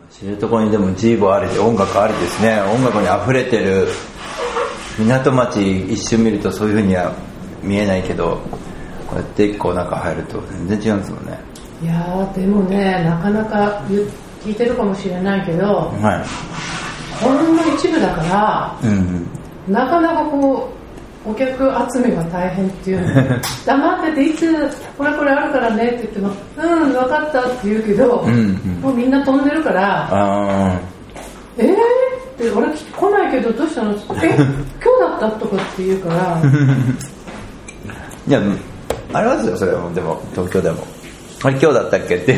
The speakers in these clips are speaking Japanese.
知床にでもジーボありで音楽ありですね。音楽に溢れてる港町一瞬見るとそういう風には見えないけど、こうやって一個中入ると全然違うんですもんね。 いやでもね、なかなか聞いてるかもしれないけど、 はい、 ほんの一部だから、なかなかこうお客集めが大変っていうの黙ってて、いつこれあるからねって言っても分かったって言うけど、もうみんな飛んでるから、って俺来ないけどどうしたのって今日だったとかって言うからいやありますよそれも。でも東京でもあれ今日だったっけって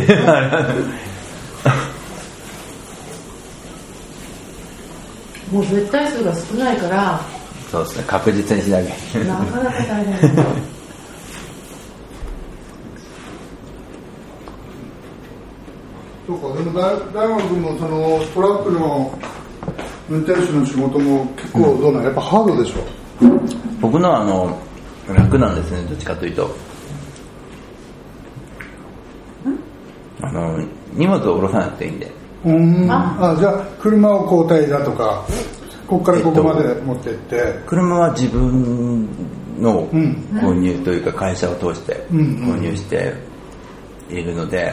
もう絶対数が少ないから。 そうですね、確実にしなきゃなかなか大変だそうか。でも大学もそのトラックの運転手の仕事も結構どうなの、やっぱハードでしょ。 僕のは楽なんですね、どっちかというと。荷物を下ろさなくていいんで。 じゃあ車を交代だとか、ここからここまで持ってって、 車は自分の購入というか会社を通して購入しているので、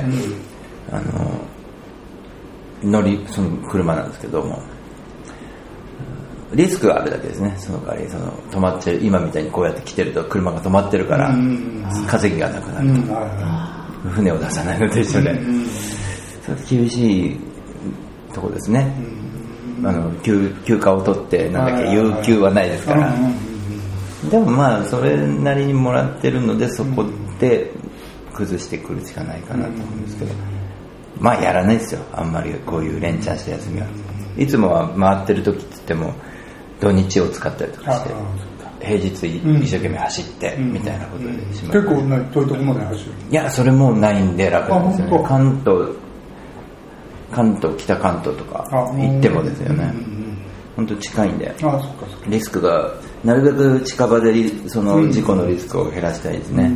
その車なんですけども、リスクがあるだけですね。その代わり止まってる、今みたいにこうやって来てると車が止まってるから稼ぎがなくなると、船を出さないのと一緒で、厳しいとこですね。休暇を取って有給はないですから、でもまあそれなりにもらってるので、そこで崩してくるしかないかなと思うんですけど、まあやらないですよ、あんまりこういう連チャンした休みは。いつもは回ってる時って言っても土日を使ったりとかして、平日一生懸命走ってみたいなことでしまう。 結構遠いとこまで走る。 いや、それもないんで楽なんですよね。関東、北関東とか行ってもですよね。本当近いんで、リスクがなるべく近場でその事故のリスクを減らしたいですね。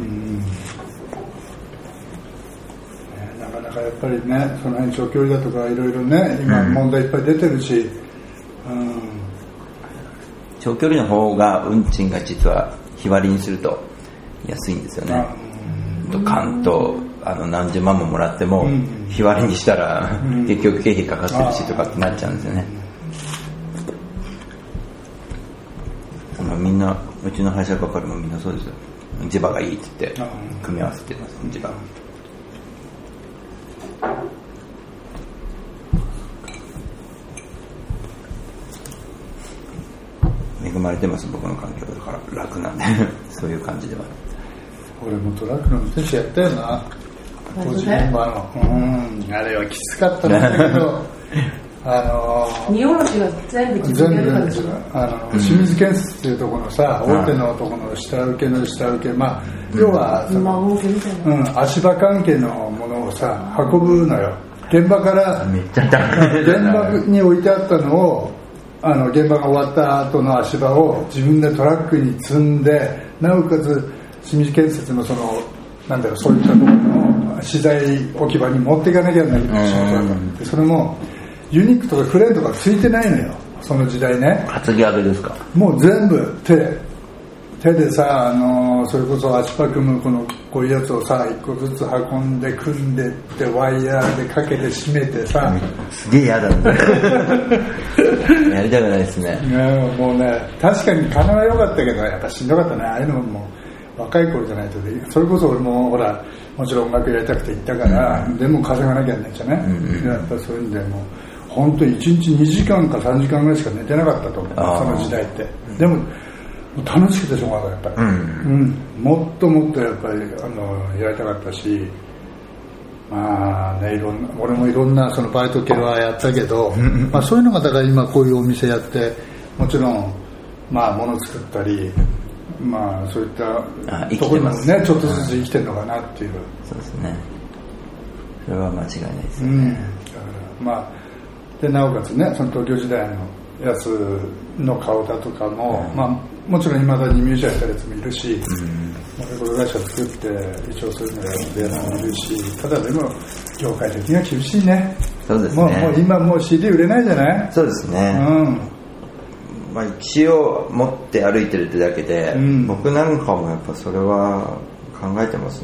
なかなかやっぱりね、その辺長距離だとかいろいろね、今問題いっぱい出てるし、 長距離の方が運賃が実は日割りにすると安いんですよね。関東何十万ももらっても日割りにしたら結局経費かかってるしとかってなっちゃうんですよね。みんなうちの会社係もみんなそうですよ。地場がいいって言って組み合わせてます。地場恵まれてます。僕の環境だから楽なんでそういう感じでは。 俺もトラックの運転手やったよな、当時メンバーの。あれはきつかったんだけど荷下ろしが全部自分でやるからでしょ。 清水建設っていうところのさ、大手のところの下請けの下請け、まあ要は足場関係のものをさ運ぶのよ。現場から現場に置いてあったのを現場が終わった後の足場を自分でトラックに積んで、なおかつ清水建設のそういったところの資材置き場に持っていかなきゃならない仕事だったんで、それもユニックとかクレーンとかついてないのよ、その時代ね。 担ぎ上げですか？ もう全部手でさ、それこそ足場組むこういうやつをさ一個ずつ運んで組んでってワイヤーでかけて締めてさ、 すげえ嫌だねやりたくないですね。 もうね、確かに金は良かったけどやっぱしんどかったね。ああいうのも若い頃じゃないとで、それこそ俺もほらもちろん音楽やりたくて行ったから、でも稼がなきゃいけないじゃね、やっぱそういうんでもう本当に1日2時間か3時間ぐらいしか寝てなかったと思う、その時代って。でも楽しくてしょうがない、やっぱり、もっともっとやっぱりやりたかったし、まあね、俺もいろんなそのバイト系はやったけどまあそういうのがだから今こういうお店やってもちろんまあ物作ったり、まあそういったところにもねちょっとずつ生きてるのかなっていう。 そうですね、それは間違いないですよね。 だからまあでなおかつね、その東京時代のやつの顔だとかも、まあもちろん未だにミュージアムやったやつもいるし、レコード会社作って一応そういうのやってるのもいるし、ただでも業界的には厳しいね。 そうですね。 もう今もう CD 売れないじゃない。 そうですね。まあ、一応持って歩いてるってだけで、僕なんかもやっぱそれは考えてますね。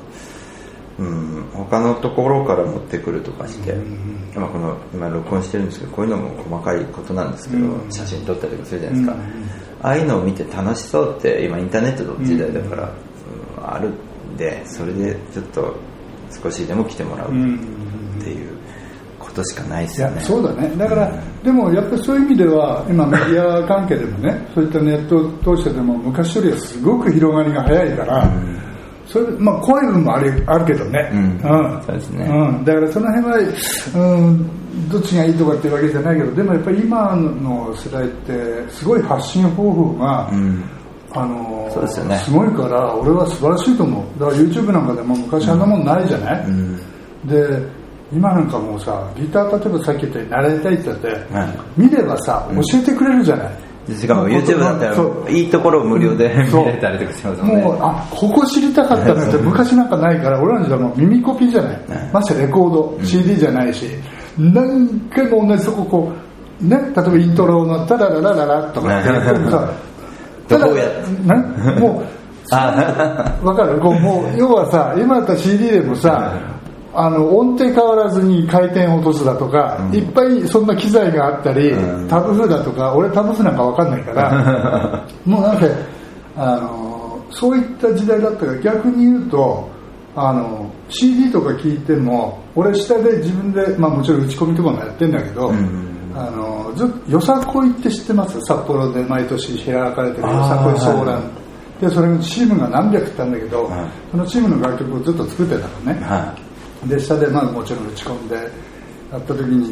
他のところから持ってくるとかして、今録音してるんですけど、こういうのも細かいことなんですけど、写真撮ったりとかするじゃないですか。ああいうのを見て楽しそうって今インターネットの時代だから、あるんで、それでちょっと少しでも来てもらうっていうことしかないですよね。 いやそうだね。だから、でもやっぱりそういう意味では今メディア関係でもね、そういったネットを通してでも昔よりはすごく広がりが早いから、それで怖い部分もあるけどね。 そうですね。 だからその辺はどっちがいいとかっていうわけじゃないけど、でもやっぱり今の世代ってすごい発信方法が、 そうですよね。 すごいから俺は素晴らしいと思う。だから YouTube なんかでも昔あんなもんないじゃない。で今なんかもうさ、ギター例えばさっき言ったように習いたいって言って、見ればさ教えてくれるじゃない。 しかも YouTube だったらいいところを無料で見れたりとかしますもんね。 もうここ知りたかったのって昔なんかないから、俺らの時代も耳コピじゃない、ましてレコード、CD じゃないし、何回も同じとここうね、例えばイントロのタラララララとかってさどこやもう分かる。もう要はさ、今だったら CD でもさ、音程変わらずに回転を落とすだとか、いっぱいそんな機材があったり、タブ譜だとか、俺タブ譜なんか分かんないからもうなんかそういった時代だったから、逆に言うとCD とか聞いても俺下で自分で、もちろん打ち込みとかもやってんだけど、ずっとよさこいって知ってます？札幌で毎年開かれてるよさこいソーランで、それのチームが何百ってあるんだけど、そのチームの楽曲をずっと作ってたのね。で下でもちろん打ち込んでやった時に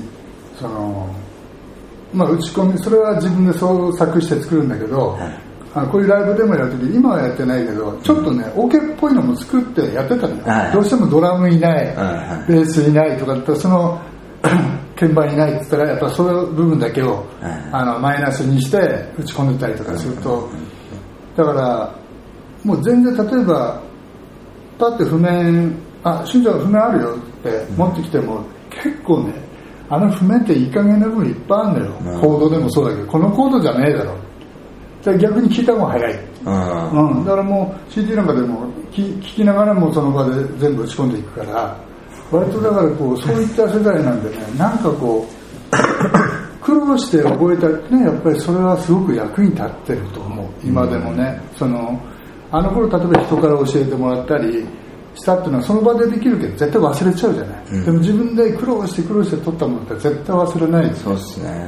打ち込み、それは自分で創作して作るんだけど、こういうライブでもやる時、今はやってないけどちょっとね、オケっぽいのも作ってやってたんだよ。どうしてもドラムいない、ベースいないとかってその鍵盤いないって言ったら、やっぱその部分だけをマイナスにして打ち込んでたりとかすると、だからもう全然例えばパッて譜面、しゅんちゃん譜面あるよって持ってきても、結構ね、譜面っていい加減な部分いっぱいあるんだよ。コードでもそうだけど、このコードじゃねえだろ。逆に聞いた方が早い。だからもう CD なんかでも聞きながらもその場で全部打ち込んでいくから、割とだからそういった世代なんでね、なんか苦労して覚えたね、やっぱりそれはすごく役に立ってると思う。今でもね、あの頃例えば人から教えてもらったりしたっていうのはその場でできるけど絶対忘れちゃうじゃない。でも自分で苦労して取ったものって絶対忘れないです。 そうですね。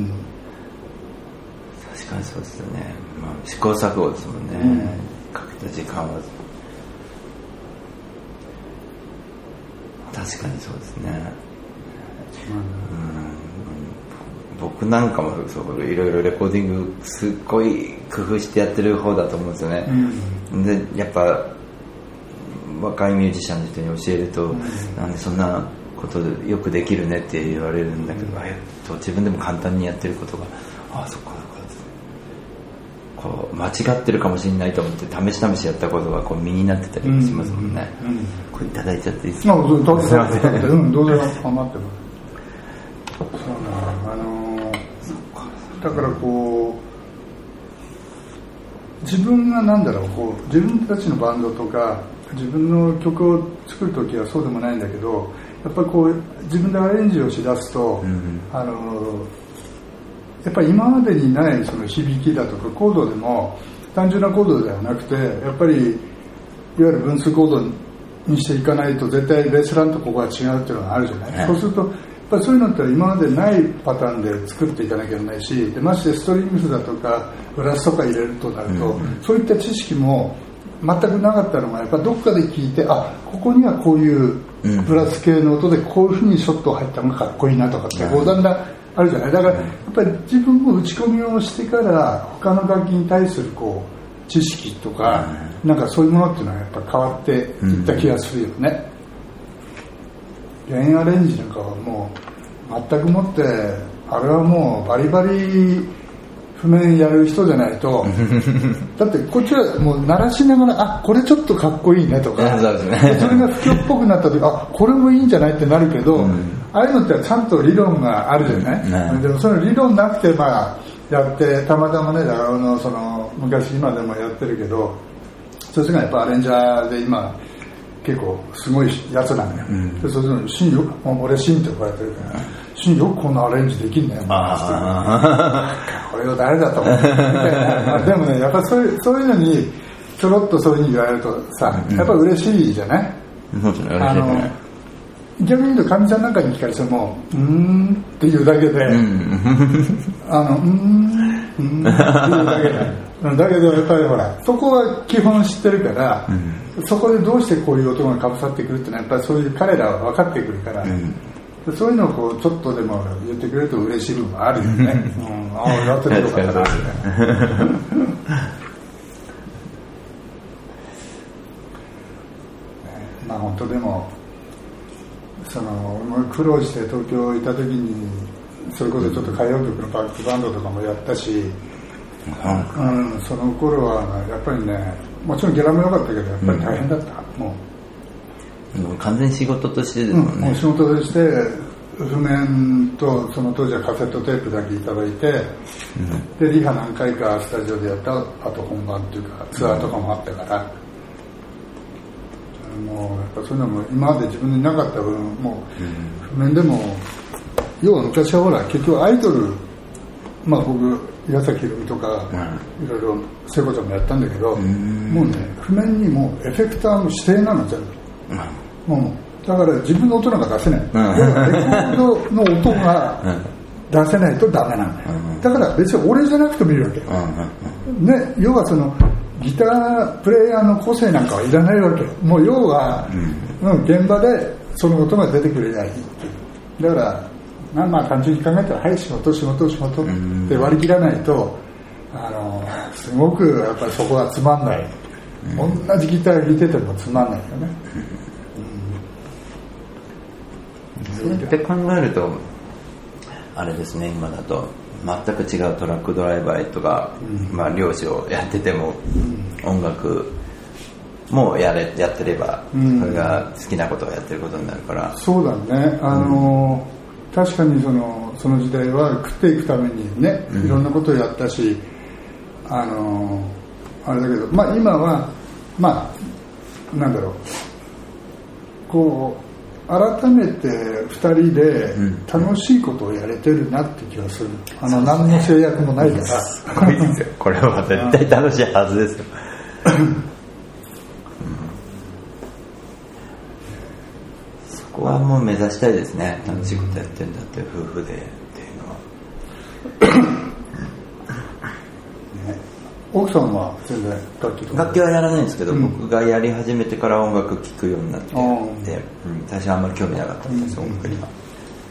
確かにそうですよね。試行錯誤ですもんね。かけた時間は確かにそうですね。僕なんかもいろいろレコーディングすっごい工夫してやってる方だと思うんですよね。でやっぱ若いミュージシャンの人に教えると、なんでそんなことよくできるねって言われるんだけど、自分でも簡単にやってることがそっか間違ってるかもしれないと思って試しやったことが身になってたりしますもんね。これいただいちゃっていいですか？ どうぞ頑張ってます。だから自分が自分たちのバンドとか自分の曲を作るときはそうでもないんだけど、やっぱり自分でアレンジをしだすと、やっぱり今までにないその響きだとかコードでも単純なコードではなくて、やっぱりいわゆる分数コードにしていかないと絶対ベースランとここが違うっていうのがあるじゃない。そうするとやっぱりそういうのって今までないパターンで作っていかなきゃいけないし、でましてストリングスだとかブラスとか入れるとなると、そういった知識も全くなかったのがやっぱどっかで聞いて、ここにはこういうブラス系の音でこういう風にショット入ったのがかっこいいなとかってだんだんあるじゃない。だからやっぱり自分も打ち込みをしてから他の楽器に対する知識とかなんかそういうものっていうのはやっぱ変わっていった気がするよね。レインアレンジなんかはもう全くもってあれはもうバリバリ譜面やる人じゃないとだってこっちはもう鳴らしながらあこれちょっとかっこいいねとかそうですね、 それが不況っぽくなった時あこれもいいんじゃないってなるけど、ああいうのってちゃんと理論があるじゃない、でもその理論なくてまあやってたまたまねその昔今でもやってるけどそっちがやっぱアレンジャーで今結構すごいやつなんだよ、でそのシンよ俺シンって呼ばれてるからシンよくこんなアレンジできんねんこれを誰だと思うみたいなでもねやっぱそういうのにちょろっとそういうふうに言われるとさやっぱ嬉しいじゃない、 そうですね、嬉しいね。 逆に言うとかみさんなんかに聞かれてもっていうだけでっていうだけでだけどやっぱりほらそこは基本知ってるから、そこでどうしてこういう音がかぶさってくるってのはやっぱりそういう彼らは分かってくるから、そういうのをこうちょっとでも言ってくれると嬉しい部分もあるよね、ああやっててよかったなってまあ本当でも苦労して東京行った時にそれこそちょっと歌謡曲のバックバンドとかもやったし、その頃はやっぱりねもちろんギャラも良かったけどやっぱり大変だった、もう完全に仕事としてですもんね、 もう仕事として譜面とその当時はカセットテープだけいただいて、でリハ何回かスタジオでやったあと本番っていうかツアーとかもあったから、もうやっぱそういうのも今まで自分になかった分もう譜面でも要は昔はほら結局アイドルまあ僕岩崎宏美とかいろいろ聖子ちゃんもやったんだけど、もうね譜面にもエフェクターの指定なの全部、もうだから自分の音なんか出せない、レコードの音が出せないとダメなんだよ、だから別に俺じゃなくてもいいわけよ、ね、要はそのギタープレイヤーの個性なんかはいらないわけよ、もう要は、現場でその音が出てくれりゃいいっていう、だからまあ単純に考えたらはい仕事って割り切らないとすごくやっぱりそこはつまんない、同じギター弾いててもつまんないよね、 そうやって考えるとあれですね、今だと全く違うトラックドライバーとか、まあ漁師をやってても、音楽もやってれば、それが好きなことをやってることになるから、 そうだね、確かにその時代は食っていくためにね、いろんなことをやったし、あれだけど、まあ今はまあなんだろう、こう改めて2人で楽しいことをやれてるなって気がする、何の制約もないからすごいですよ、これは絶対楽しいはずですよそこはもう目指したいですね、楽しいことやってるんだって夫婦でっていうのは奥さんは全然楽器はやらないんですけど、僕がやり始めてから音楽聴くようになってて、最初はあんまり興味なかったんです、音楽には。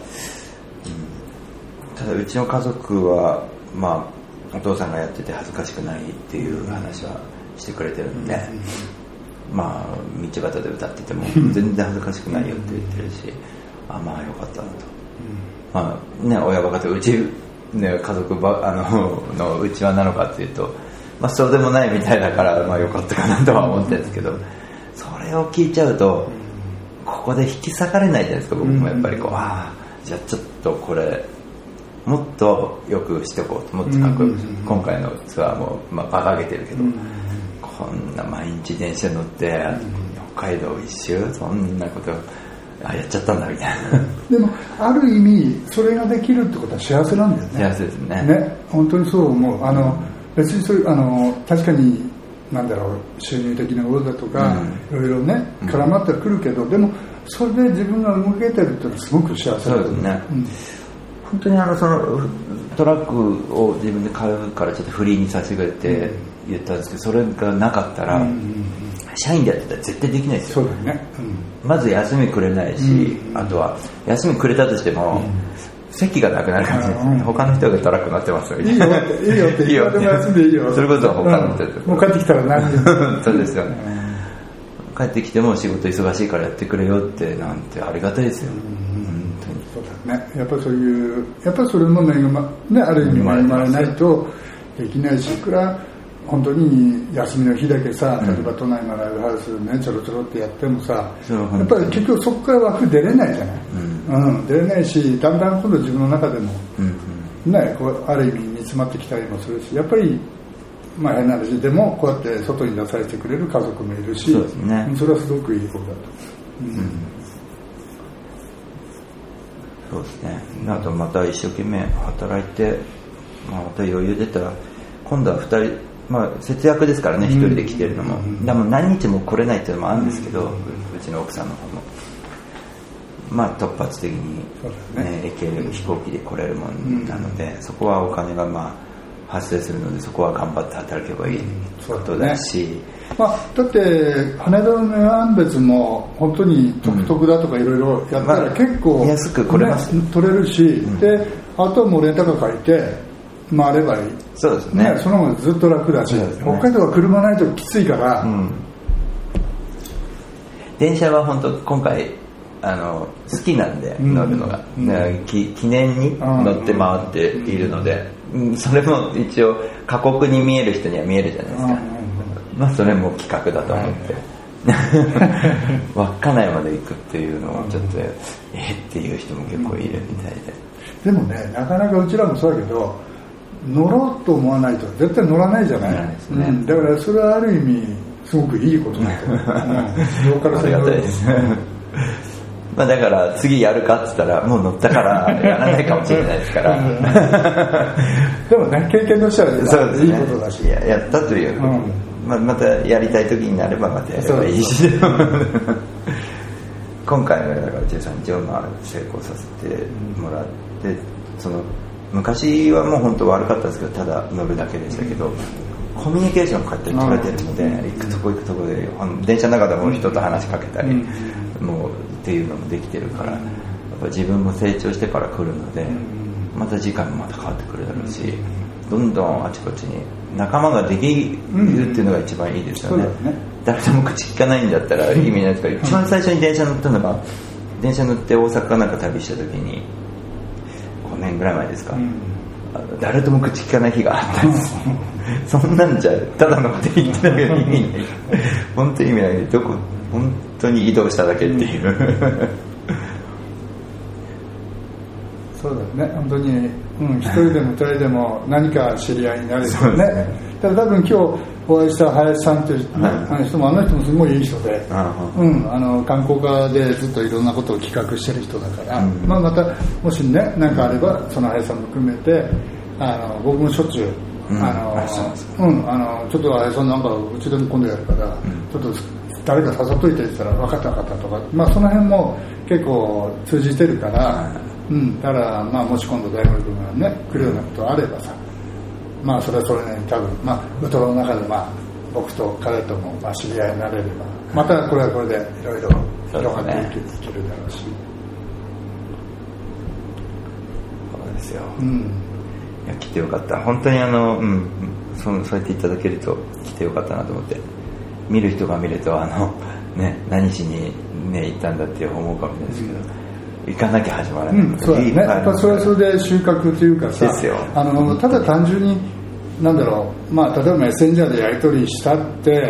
ただうちの家族は、まあ、お父さんがやってて恥ずかしくないっていう話はしてくれてるんで、まあ道端で歌ってても全然恥ずかしくないよって言ってるし、まあよかったなと、まあね、親バカとうち、ね、家族のうちわなのかっていうと、まあ、そうでもないみたいだから、まあ、よかったかなとは思ってるんですけど、それを聞いちゃうとここで引き裂かれないじゃないですか。僕もやっぱりこう、じゃあちょっとこれもっとよくしておこうと、もっとかっこよく、今回のツアーも、まあ、馬鹿げてるけど、こんな毎日電車乗って北海道一周、そんなことやっちゃったんだみたいなでもある意味それができるってことは幸せなんだよね。 幸せですね。 ね、本当にそう思う。別にそういう確かになんだろう、収入的なことだとか、いろいろね絡まってくるけど、でもそれで自分が動けてるっていうのはすごく幸せだと思う。そうですね、 本当にそのトラックを自分で買うからちょっとフリーにさせてくれって言ったんですけど、それがなかったら、社員でやってたら絶対できないですよ。 そうだね、 まず休みくれないし、あとは休みくれたとしても、席がなくなるから、他の人がトラック乗ってますよ。 いいよっていいよって休んでいいよ。 それこそ他の人もう帰ってきたら何時そうですよね。帰ってきても仕事忙しいからやってくれよってなんてありがたいですよ。 そうだね。やっぱりそういう、やっぱりそれもね、ある意味恵まれないとできないし、いくら本当に休みの日だけさ、例えば都内のライブハウスねちょろちょろってやってもさ、やっぱり結局そこから枠出れないじゃない、出れないし、だんだん今度自分の中でも、ね、こうある意味煮詰まってきたりもするし、やっぱりまあ変な話でもこうやって外に出されてくれる家族もいるし、そうですね、それはすごくいいことだと、 そうですね。あとまた一生懸命働いて、また余裕出たら今度は2人、まあ、節約ですからね、1人で来てるのも、でも何日も来れないっていうのもあるんですけど、うちの奥さんの方もまあ突発的に、行ける飛行機で来れるもんなので、そこはお金がまあ発生するので、そこは頑張って働けばいいことだし、 まあ、だって羽田の値段別も本当に特特だとかいろいろやったら結構、 安く来れます、 取れるし、であとはもうレンタカー借りて回ればいい。 そうですね。 その方がずっと楽だし、北海道は車ないときついから、 電車は本当今回好きなんで乗るのが、記念に乗って回っているので、それも一応過酷に見える人には見えるじゃないですか、まあそれも企画だと思って、稚内まで行くっていうのをちょっとっていう人も結構いるみたいで、でもね、なかなかうちらもそうだけど乗ろうと思わないと絶対乗らないじゃない、だからそれはある意味すごくいいことだと思う、ローカル線ありがたいですまあだから次やるかって言ったらもう乗ったからやらないかもしれないですからでもね、経験としてはいいことだし、 やったという、またやりたい時になればまたやればいいし今回のだから13日をまあ成功させてもらって、その昔はもう本当悪かったですけど、ただ乗るだけでしたけど、コミュニケーションをこうやって取れてるので、行くとこ行くとこで電車の中でも人と話しかけたり、もうっていうのもできてるから、やっぱ自分も成長してから来るので、また次回もまた変わってくるだろうし、どんどんあちこちに仲間ができるっていうのが一番いいですよね。誰とも口聞かないんだったら意味ないですから、一番最初に電車乗ったのが、電車乗って大阪なんか旅した時に5年ぐらい前ですか、誰とも口聞かない日があったんですそんなんじゃただのこと言ってないけど意味ない本当に意味ないで、本当に移動しただけっていう、 そうだね、本当に、一人でも二人でも何か知り合いになれるよね。ただ多分今日お会いした林さんという人も、あの人もすごいいい人で、観光課でずっといろんなことを企画してる人だから、またもしね何かあればその林さんも含めて、僕もしょっちゅうちょっと林さんなんかうちでも今度やるから、ちょっと誰か誘っといてって言ったら分かったとか、その辺も結構通じてるから、だからもし今度大学君がね来るようなことあればさ、それはそれなりに多分ウトロの中で僕と彼とも知り合いになれれば、またこれはこれでいろいろ広がっていけるだろうし。 そうですよ。いや来てよかった。本当にそうやっていただけると来てよかったなと思って。見る人が見ると何しに行ったんだって思うかもしれないですけど。行かなきゃ始まらない、 そうだね、やっぱそれはそれで収穫というかさ、ただ単純に例えばメッセンジャーでやり取りしたって、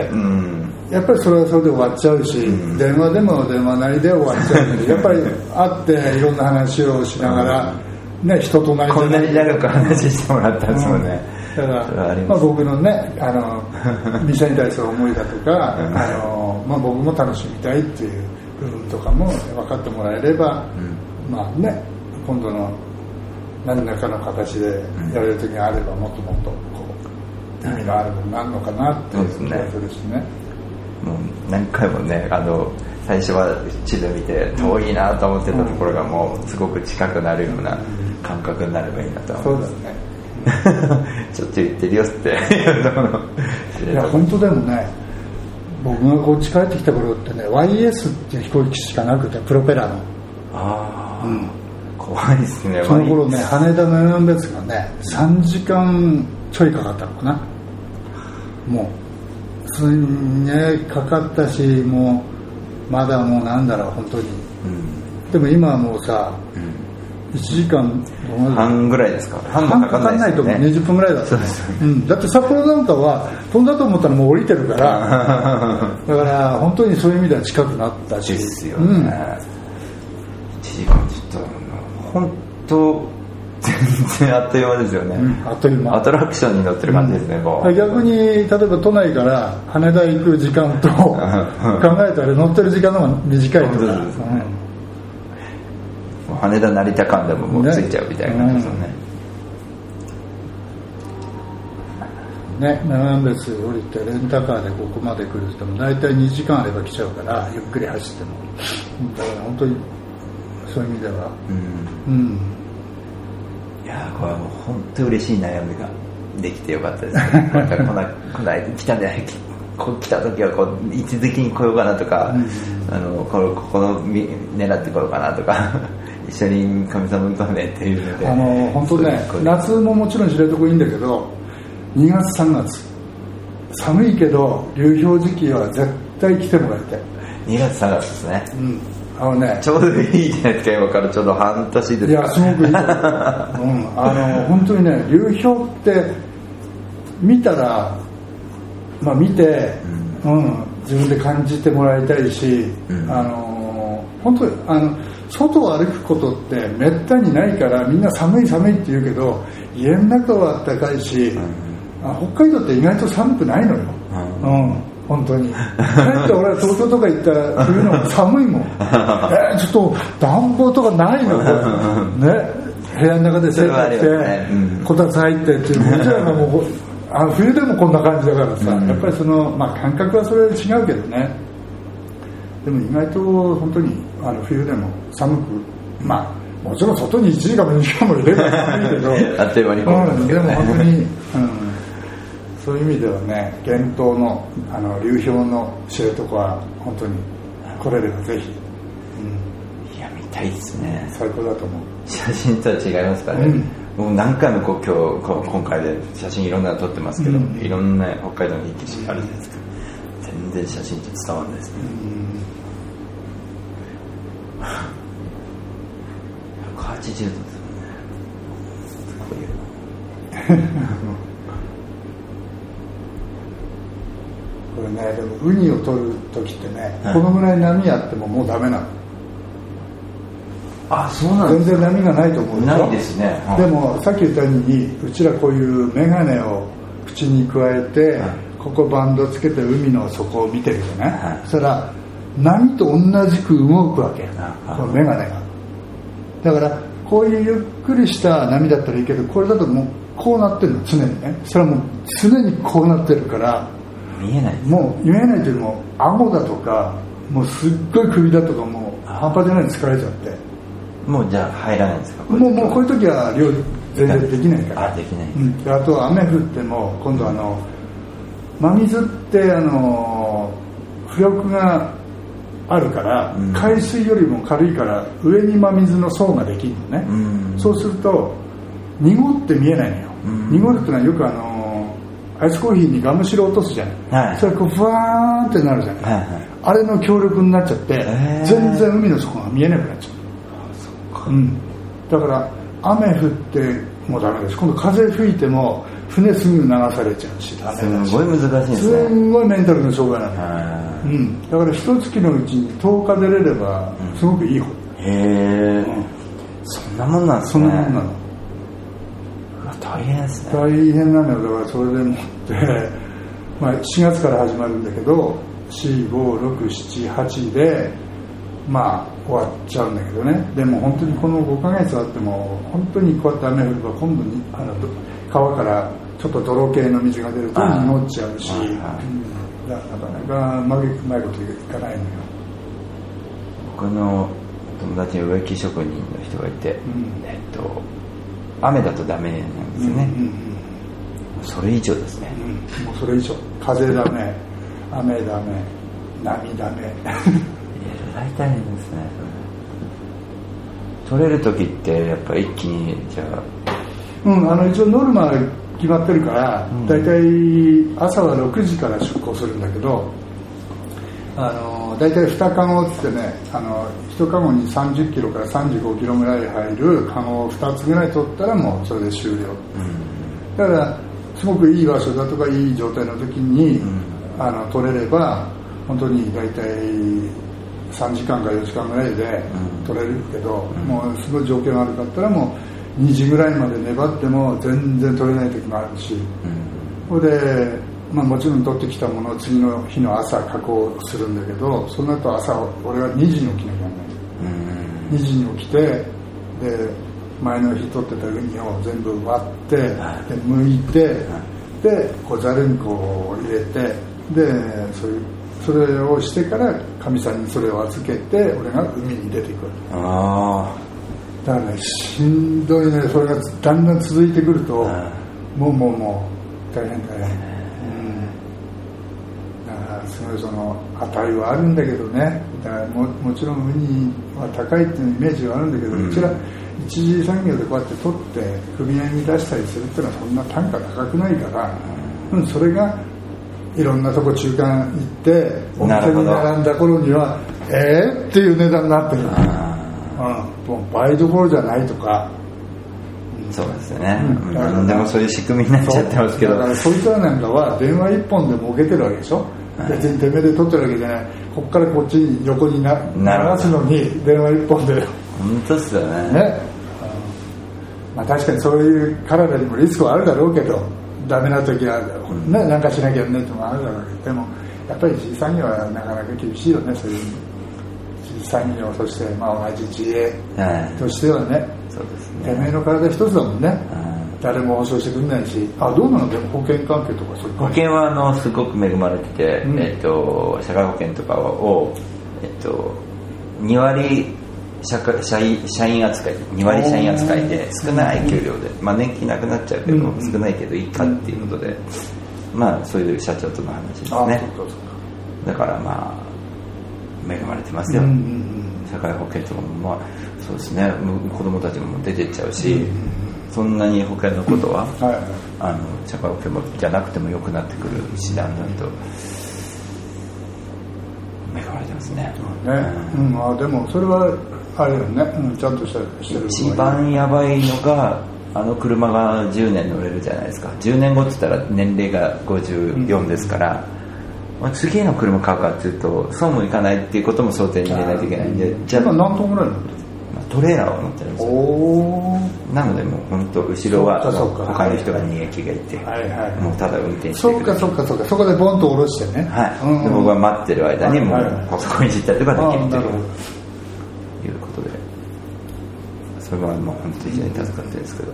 やっぱりそれはそれで終わっちゃうし、電話でも電話なりで終わっちゃうしやっぱり会っていろんな話をしながら、人となりこんなに長く話してもらったんですもんね、 だから僕のね店に対する思いだとか僕も楽しみたいっていう部分とかも分かってもらえれば、今度の何らかの形でやれる時があればもっともっと意味があるものになるのかなっていう気がするしね。 もう何回もね最初は地図見て遠いなと思ってたところがもうすごく近くなるような感覚になればいいなと思います。 そうだねちょっと言ってるよっていや本当でもね、僕がこっち帰ってきた頃ってね YS っていう飛行機しかなくて、プロペラの怖いですね。 その頃ね羽田の南別がね3時間ちょいかかったのかな。もうすんげえかかったし、もうまだ本当に、でも今はもうさ、1 1時間半ぐらいですか。 半もかかんないと思う。20分ぐらいだった、ね。だって札幌なんかは飛んだと思ったらもう降りてるからだから本当にそういう意味では近くなったしですよね、1時間ちょっと本当全然あっという間ですよね、 あっという間。 アトラクションに乗ってる感じですね、 逆に例えば都内から羽田行く時間と考えたら乗ってる時間の方が短いとか、 羽田成田間でももう着いちゃうみたいな感じですよね。長別降りてレンタカーでここまで来る人も大体2時間あれば来ちゃうからゆっくり走っても、だから本当にそういう意味では、 いやこれはもう本当に嬉しい悩みができてよかったですね。こない来たんじゃない来た時はこう一時的に来ようかなとか、ここの狙ってこようかなとか一緒に神様とねっていうので本当ね、夏ももちろん知床いいんだけど2月3月寒いけど流氷時期は絶対来てもらいたい。 2月3月ですね、ちょうどいいじゃないですか。今からちょうど半年ですか。 いやすごくいい本当にね、流氷って見たら見て、自分で感じてもらいたいし、本当に外を歩くことってめったにないからみんな寒い寒いって言うけど家の中は暖かいし、北海道って意外と寒くないのよ、本当に。だって俺は東京とか行ったら冬の寒いもんちょっと暖房とかないのね、部屋の中で生活してこたつ入ってっていうもちろんもう冬でもこんな感じだからさ、やっぱりその、感覚はそれは違うけどね。でも意外と本当に冬でも寒く、もちろん外に1時間も2時間もいれば寒いけどあっという間に来るんですけどね。 でも本当に、そういう意味ではね、伝統の流氷の知床は本当に来れればぜひ、 いや見たいですね。 最高だと思う。 写真とは違いますからね、もう何回も今回で写真いろんなの撮ってますけど、いろんな北海道のいい景色あるじゃないですか。全然写真と伝わらないですね。180度ですよね。すごいよこれね、でもウニを取る時ってね、このぐらい波あってももうダメなの。 そうなんですか。 全然波がないと思うでしょ。 ないですね、 でもさっき言ったようにうちらこういう眼鏡を口に加えて、ここバンドつけて海の底を見てるじゃない、そしたら波と同じく動くわけ、この眼鏡が。だからこういうゆっくりした波だったらいいけど、これだともうこうなってるの、常にね。それはもう常にこうなってるから見えない。 もう見えないというよりも顎だとかもうすっごい首だとかもう半端じゃないに疲れちゃって、 もうじゃあ入らないんですか。 もうこういう時は料理全然できないから。 できない。 あと雨降っても今度真水って浮力があるから、海水よりも軽いから上に真水の層ができるのね、そうすると濁って見えないのよ、濁るってのはよくアイスコーヒーにガムシロ落とすじゃない、それがこうふわーんってなるじゃない、あれの強力になっちゃって、全然海の底が見えなくなっちゃう。だから雨降ってもダメだし、今度風吹いても船すぐ流されちゃうしダメだし、 すごい難しいですね。 すんごいメンタルの障害なの、だから一月のうちに10日出れればすごくいい方。 そんなもんなんですね。 そんなもんなの。 大変ですね。 大変なのよ。だからそれでもって4月から始まるんだけど4、5、6、7、8で終わっちゃうんだけどね。でも本当にこの5ヶ月あっても本当にこうやって雨降れば今度に川からちょっと泥系の水が出ると濁っちゃうし、なかなかうまいこといかないのよ。 僕の友達に植木職人の人がいて、雨だとダメなんですよね、それ以上ですね、 もうそれ以上。風ダメ、雨ダメ、波ダメ大体ですね。取れる時ってやっぱ一気にじゃ一応ノルマ決まってるから、だいたい朝は6時から出航するんだけど、 大体2カゴってね、1カゴに30キロから35キロぐらい入るカゴを2つぐらい取ったらもうそれで終了、だからすごくいい場所だとかいい状態の時に、取れれば本当に大体3時間か4時間ぐらいで取れるけど、もうすごい条件悪かったらもう2時ぐらいまで粘っても全然取れない時もあるし、それで、もちろん取ってきたものを次の日の朝加工するんだけど、その後朝俺は2時に起きなきゃいけない、2時に起きて、で前の日取ってたウニを全部割って、で剥いて、でこうざるにこう入れて、でそれをしてからかみさんにそれを預けて俺が海に出てくる。だからね、しんどいね。それがだんだん続いてくるともう大変、だからすごいその値はあるんだけどね。だから もちろんウニは高いっていうイメージはあるんだけど、うちら一次産業でこうやって取って組合に出したりするっていうのはそんな単価高くないから、それがいろんなとこ中間行ってお店に並んだ頃にはっていう値段になってる、もう倍どころじゃないとか。 そうですね、でもそういう仕組みになっちゃってますけど、 だからそいつらなんかは電話一本で儲けてるわけでしょ、別にてめえで取ってるわけじゃない。こっからこっちに横に流すのに電話一本で本当ですよね。 確かにそういう体にもリスクはあるだろうけど、ダメな時はなんかしなきゃねってのもあるだろうけど、でもやっぱり自産業はなかなか厳しいよね。そういう自産業、そして同じ自営としてはね、 そうですね、 てめえの体一つだもんね、誰も保証してくれないし。どうなの？でも保険関係とかそういう保険はすごく恵まれてて、社会保険とかを、2割社員扱い、2割社員扱いで少ない給料で、年金なくなっちゃうけど、少ないけどいいかっていうことで、そういう社長との話ですね。だから恵まれてますよ、社会保険とかもそうですね、子供たちも出てっちゃうし、そんなに保険のことは、社会保険じゃなくても良くなってくるし、だんだんと恵まれてますね。 でもそれはあれよね、ちゃんとしてる。 一番やばいのが車が10年乗れるじゃないですか。10年後って言ったら年齢が54ですから、次の車買うかっていうとそうもいかないっていうことも想定に入れないといけないんで、 じゃあ何トンぐらい乗ってる？ トレーラーを乗ってるんですよ。なのでもう本当後ろは他の人が逃げ気がいて、もうただ運転してくれる。 そうかそこでボンと下ろしてね、 で僕が待ってる間にもうそこに行ったりとかできるということで、それはもう本当に非常に助かってるんですけど、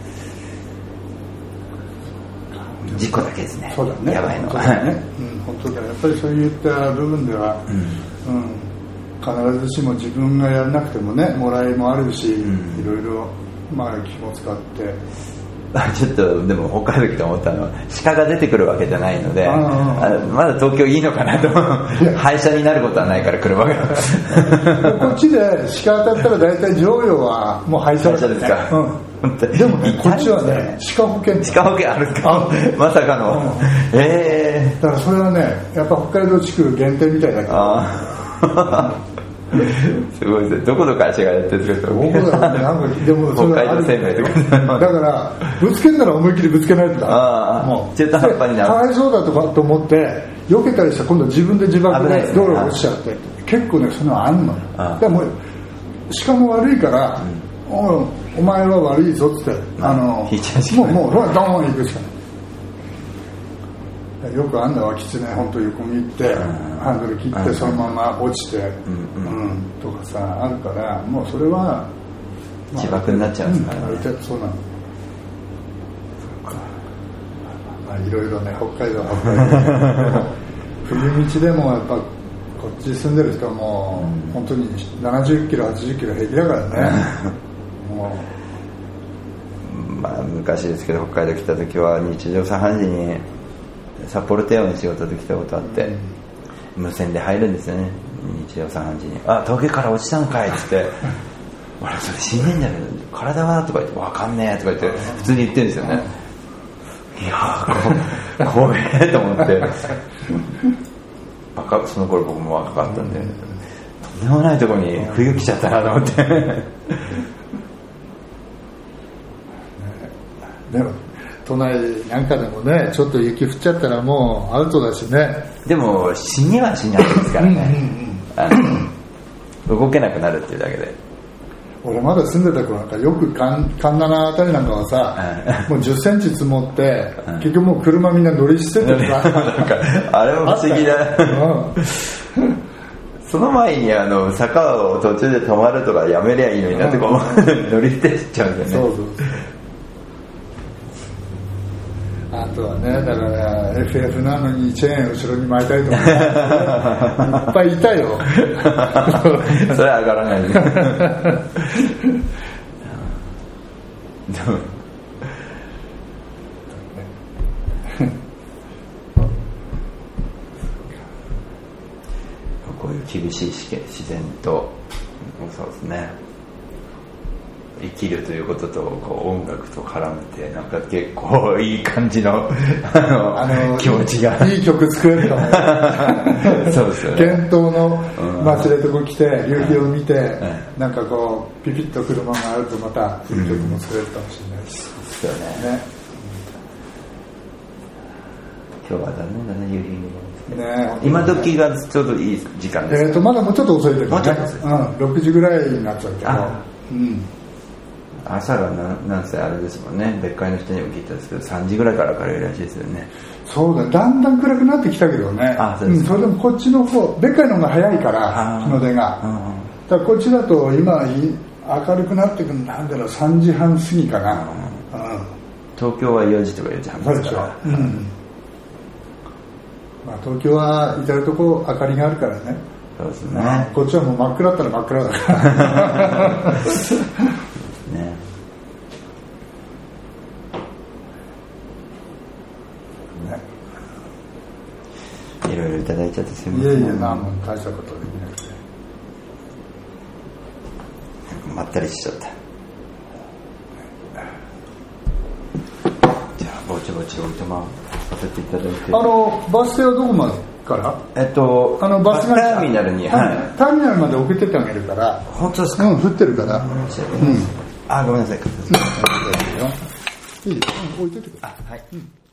事故だけですね。 そうだね。 やばいのは。 本当だ。やっぱりそういった部分では、必ずしも自分がやらなくてもね、もらいもあるし、いろいろ気も使って。 ちょっとでも北海道来て思ったのは、鹿が出てくるわけじゃないので、まだ東京いいのかなと。廃車になることはないから車が。 こっちで鹿当たったら大体乗用はもう廃車ですか。 でもね、こっちはね、鹿保険あるんですか。まさかの。 だからそれはね、やっぱ北海道地区限定みたいだけど。 すごいですね。どこから違いやってるんですか。 でもそれはある。だからぶつけんなら思いっきりぶつけないとだ。 もう中途半端になる。 かわいそうだとかと思って避けたりしたら今度は自分で自爆で道路を落ちちゃって、結構ねそういうのはあんのよ。だからもう鹿も悪いから、お前は悪いぞっつってもうドーン行くしかない。よくあんなはきつね、本当横に行ってハンドル切ってそのまま落ちてとかさあるから、もうそれは自爆になっちゃうんですからね。 そうなの。いろいろね、北海道冬道でもやっぱこっち住んでる人はもう本当に70キロ80キロ平気だからね。もう昔ですけど、北海道来た時は日常茶飯事に札幌テオの仕事で来たことあって、無線で入るんですよね、日曜茶飯事に。峠から落ちたのかいっつって俺それ死んでんだけど体はとか言って分かんねえとか言って普通に言ってるんですよね。いや怖えと思ってその頃僕も若かったんで、とんでもないところに冬来ちゃったなと思ってでも都内なんかでもねちょっと雪降っちゃったらもうアウトだしね。 でも死にはしないですからね、動けなくなるっていうだけで。 俺まだ住んでた頃なんかよく神奈あたりなんかはさ、もう10センチ積もって、結局もう車みんな乗り捨ててるからあれも不思議だその前に坂を途中で止まるとかやめりゃいいのになってこう乗り捨てちゃうんだよね。 そうあとはね、だから FF なのにチェーン後ろに巻いたりとかいっぱいいたよそれは上がらないねこういう厳しい自然とそうですね、生きるということとこう音楽と絡めてなんか結構いい感じの気持ちがいい曲作れるかもそうですよね。 県東の街でとこ来て夕日を見て、なんかこうピピッと車があるとまたいい曲も作れるかもしれないし、 そうですよね。今日は残念だね、夕日ね、今時がちょうどいい時間ですか。 まだもうちょっと遅いけどね。 もうちょっと遅い、 6時ぐらいになっちゃうけど、 朝がなんせあれですもんね、別会の人にも聞いたんですけど3時ぐらいから明るいらしいですよね。 そうだ、だんだん暗くなってきたけどね。それでもこっちの方、別会の方が早いから日の出が、だからこっちだと今明るくなってくる、なんだろう、3時半過ぎかな、 東京は4時とか4時半ですから。 まあ、東京は至るとこ明かりがあるからね。 そうですね。 こっちはもう真っ暗だったら真っ暗だからね。いろいろいただいちゃってすみません。 いやいや、もう大したことできなくて。 まったりしちゃった。じゃあぼちぼちおいとまさせていただいて。 バス停はどこまでから？ バスターミナルに、 ターミナルまで送ってってあげるから。 本当ですか？ 降ってるから。 ごめんなさい。 いいよ、置いといてください。 はい。